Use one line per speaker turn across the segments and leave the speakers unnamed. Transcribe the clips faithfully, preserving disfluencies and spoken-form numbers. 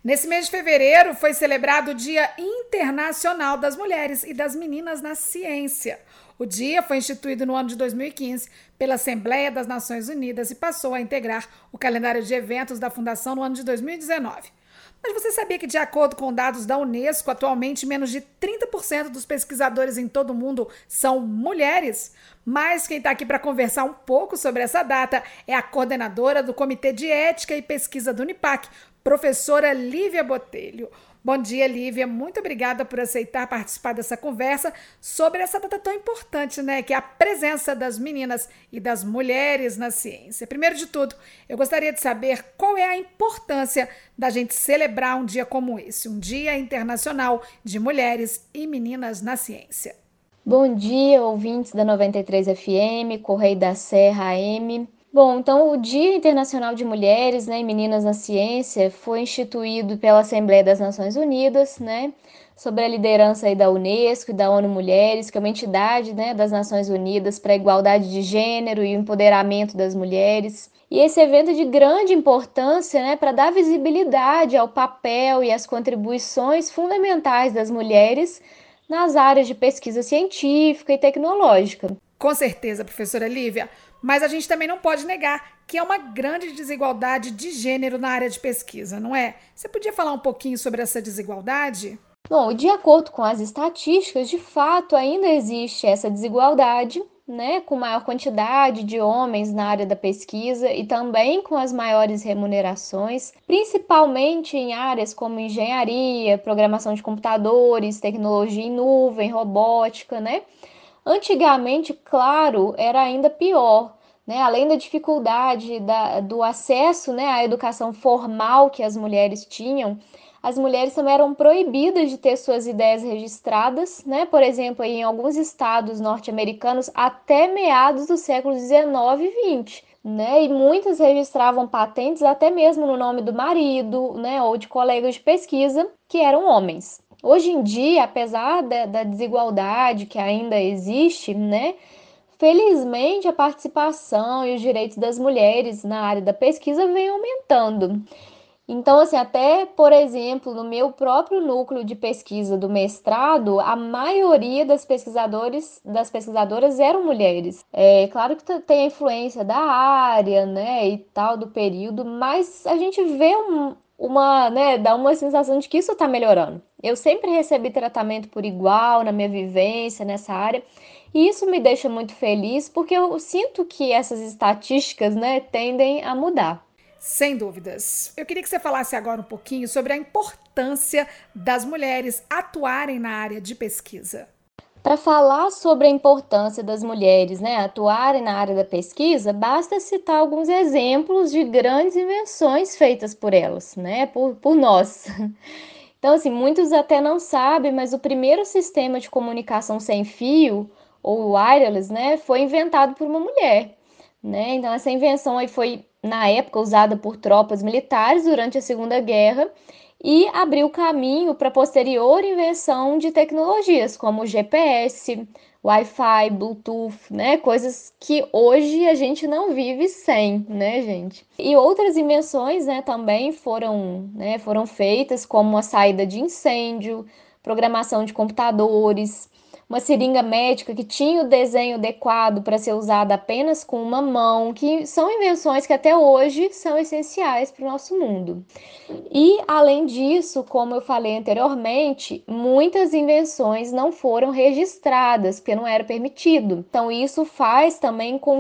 Nesse mês de fevereiro foi celebrado o Dia Internacional das Mulheres e das Meninas na Ciência. O dia foi instituído no ano de dois mil e quinze pela Assembleia das Nações Unidas e passou a integrar o calendário de eventos da Fundação no ano de dois mil e dezenove. Mas você sabia que, de acordo com dados da Unesco, atualmente menos de trinta por cento dos pesquisadores em todo o mundo são mulheres? Mas quem está aqui para conversar um pouco sobre essa data é a coordenadora do Comitê de Ética e Pesquisa do Unipac, professora Lívia Botelho. Bom dia, Lívia. Muito obrigada por aceitar participar dessa conversa sobre essa data tão importante, né? Que é a presença das meninas e das mulheres na ciência. Primeiro de tudo, eu gostaria de saber qual é a importância da gente celebrar um dia como esse, um Dia Internacional de Mulheres e Meninas na Ciência.
Bom dia, ouvintes da noventa e três F M, Correio da Serra A M. Bom, então o Dia Internacional de Mulheres, né, e Meninas na Ciência foi instituído pela Assembleia das Nações Unidas, né, sob a liderança aí da Unesco e da ONU Mulheres, que é uma entidade, né, das Nações Unidas para a igualdade de gênero e o empoderamento das mulheres. E esse evento é de grande importância, né, para dar visibilidade ao papel e às contribuições fundamentais das mulheres nas áreas de pesquisa científica e tecnológica.
Com certeza, professora Lívia, mas a gente também não pode negar que há uma grande desigualdade de gênero na área de pesquisa, não é? Você podia falar um pouquinho sobre essa desigualdade?
Bom, de acordo com as estatísticas, de fato ainda existe essa desigualdade, né, com maior quantidade de homens na área da pesquisa e também com as maiores remunerações, principalmente em áreas como engenharia, programação de computadores, tecnologia em nuvem, robótica, né? Antigamente, claro, era ainda pior, né? Além da dificuldade da, do acesso, né, à educação formal que as mulheres tinham, as mulheres também eram proibidas de ter suas ideias registradas, né? Por exemplo, em alguns estados norte-americanos até meados do século dezenove e vinte. Né? E muitas registravam patentes até mesmo no nome do marido, né, ou de colegas de pesquisa que eram homens. Hoje em dia, apesar da, da desigualdade que ainda existe, né, felizmente a participação e os direitos das mulheres na área da pesquisa vem aumentando. Então, assim, até, por exemplo, no meu próprio núcleo de pesquisa do mestrado, a maioria das pesquisadores, das pesquisadoras eram mulheres. É claro que tem a influência da área, né, e tal, do período, mas a gente vê um, uma, né, dá uma sensação de que isso está melhorando. Eu sempre recebi tratamento por igual na minha vivência nessa área, e isso me deixa muito feliz, porque eu sinto que essas estatísticas, né, tendem a mudar.
Sem dúvidas. Eu queria que você falasse agora um pouquinho sobre a importância das mulheres atuarem na área de pesquisa.
Para falar sobre a importância das mulheres, né, atuarem na área da pesquisa, basta citar alguns exemplos de grandes invenções feitas por elas, né, por, por nós. Então, assim, muitos até não sabem, mas o primeiro sistema de comunicação sem fio, ou wireless, né, foi inventado por uma mulher, né? Então, essa invenção aí foi, na época, usada por tropas militares durante a Segunda Guerra e abriu caminho para a posterior invenção de tecnologias como o G P S, Wi-Fi, Bluetooth, né? Coisas que hoje a gente não vive sem, né, gente? E outras invenções, né, também foram, né, foram feitas, como a saída de incêndio, programação de computadores, uma seringa médica que tinha o desenho adequado para ser usada apenas com uma mão, que são invenções que até hoje são essenciais para o nosso mundo. E, além disso, como eu falei anteriormente, muitas invenções não foram registradas, porque não era permitido. Então, isso faz também com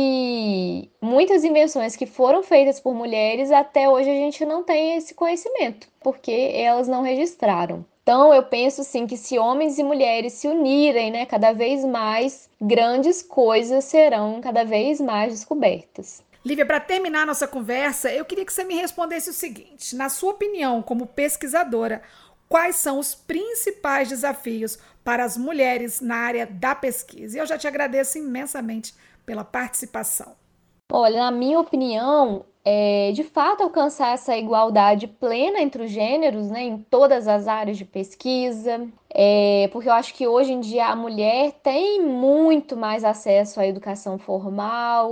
que muitas invenções que foram feitas por mulheres, até hoje a gente não tem esse conhecimento, porque elas não registraram. Então, eu penso sim que se homens e mulheres se unirem, né, cada vez mais, grandes coisas serão cada vez mais descobertas.
Lívia, para terminar nossa conversa, eu queria que você me respondesse o seguinte: na sua opinião, como pesquisadora, quais são os principais desafios para as mulheres na área da pesquisa? E eu já te agradeço imensamente pela participação.
Olha, na minha opinião, é, de fato alcançar essa igualdade plena entre os gêneros, né, em todas as áreas de pesquisa, é, porque eu acho que hoje em dia a mulher tem muito mais acesso à educação formal,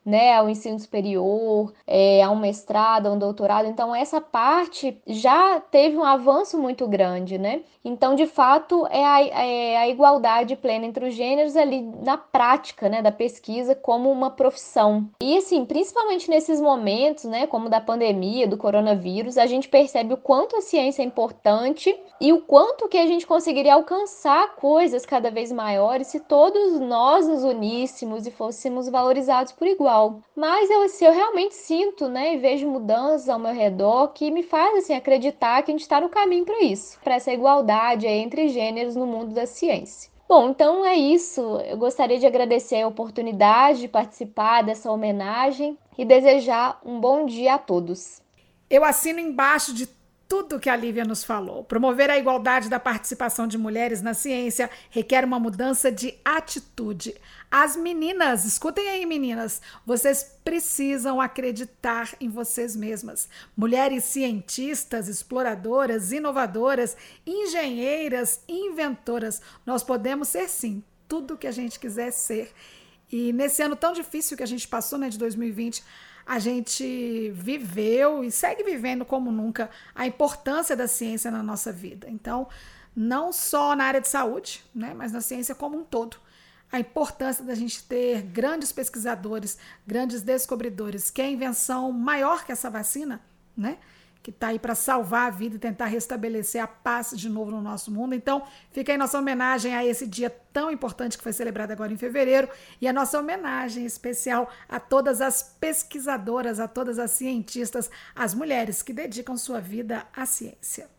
né, ao ensino superior, é, a um mestrado, a um doutorado. Então, essa parte já teve um avanço muito grande, né? Então, de fato, é a, é a igualdade plena entre os gêneros ali na prática, né, da pesquisa como uma profissão. E, assim, principalmente nesses momentos, né, como da pandemia, do coronavírus, a gente percebe o quanto a ciência é importante e o quanto que a gente conseguiria alcançar coisas cada vez maiores se todos nós nos uníssemos e fôssemos valorizados por igual. Mas eu, assim, eu realmente sinto, né, e vejo mudanças ao meu redor que me faz, assim, acreditar que a gente está no caminho para isso, para essa igualdade aí entre gêneros no mundo da ciência. Bom, então é isso. Eu gostaria de agradecer a oportunidade de participar dessa homenagem e desejar um bom dia a todos.
Eu assino embaixo de tudo que a Lívia nos falou. Promover a igualdade da participação de mulheres na ciência requer uma mudança de atitude. As meninas, escutem aí, meninas, vocês precisam acreditar em vocês mesmas. Mulheres cientistas, exploradoras, inovadoras, engenheiras, inventoras. Nós podemos ser, sim, tudo o que a gente quiser ser. E nesse ano tão difícil que a gente passou, né, de dois mil e vinte, a gente viveu e segue vivendo como nunca a importância da ciência na nossa vida. Então, não só na área de saúde, né, mas na ciência como um todo. A importância da gente ter grandes pesquisadores, grandes descobridores, que é a invenção maior que essa vacina, né, que está aí para salvar a vida e tentar restabelecer a paz de novo no nosso mundo. Então, fica aí nossa homenagem a esse dia tão importante que foi celebrado agora em fevereiro e a nossa homenagem especial a todas as pesquisadoras, a todas as cientistas, as mulheres que dedicam sua vida à ciência.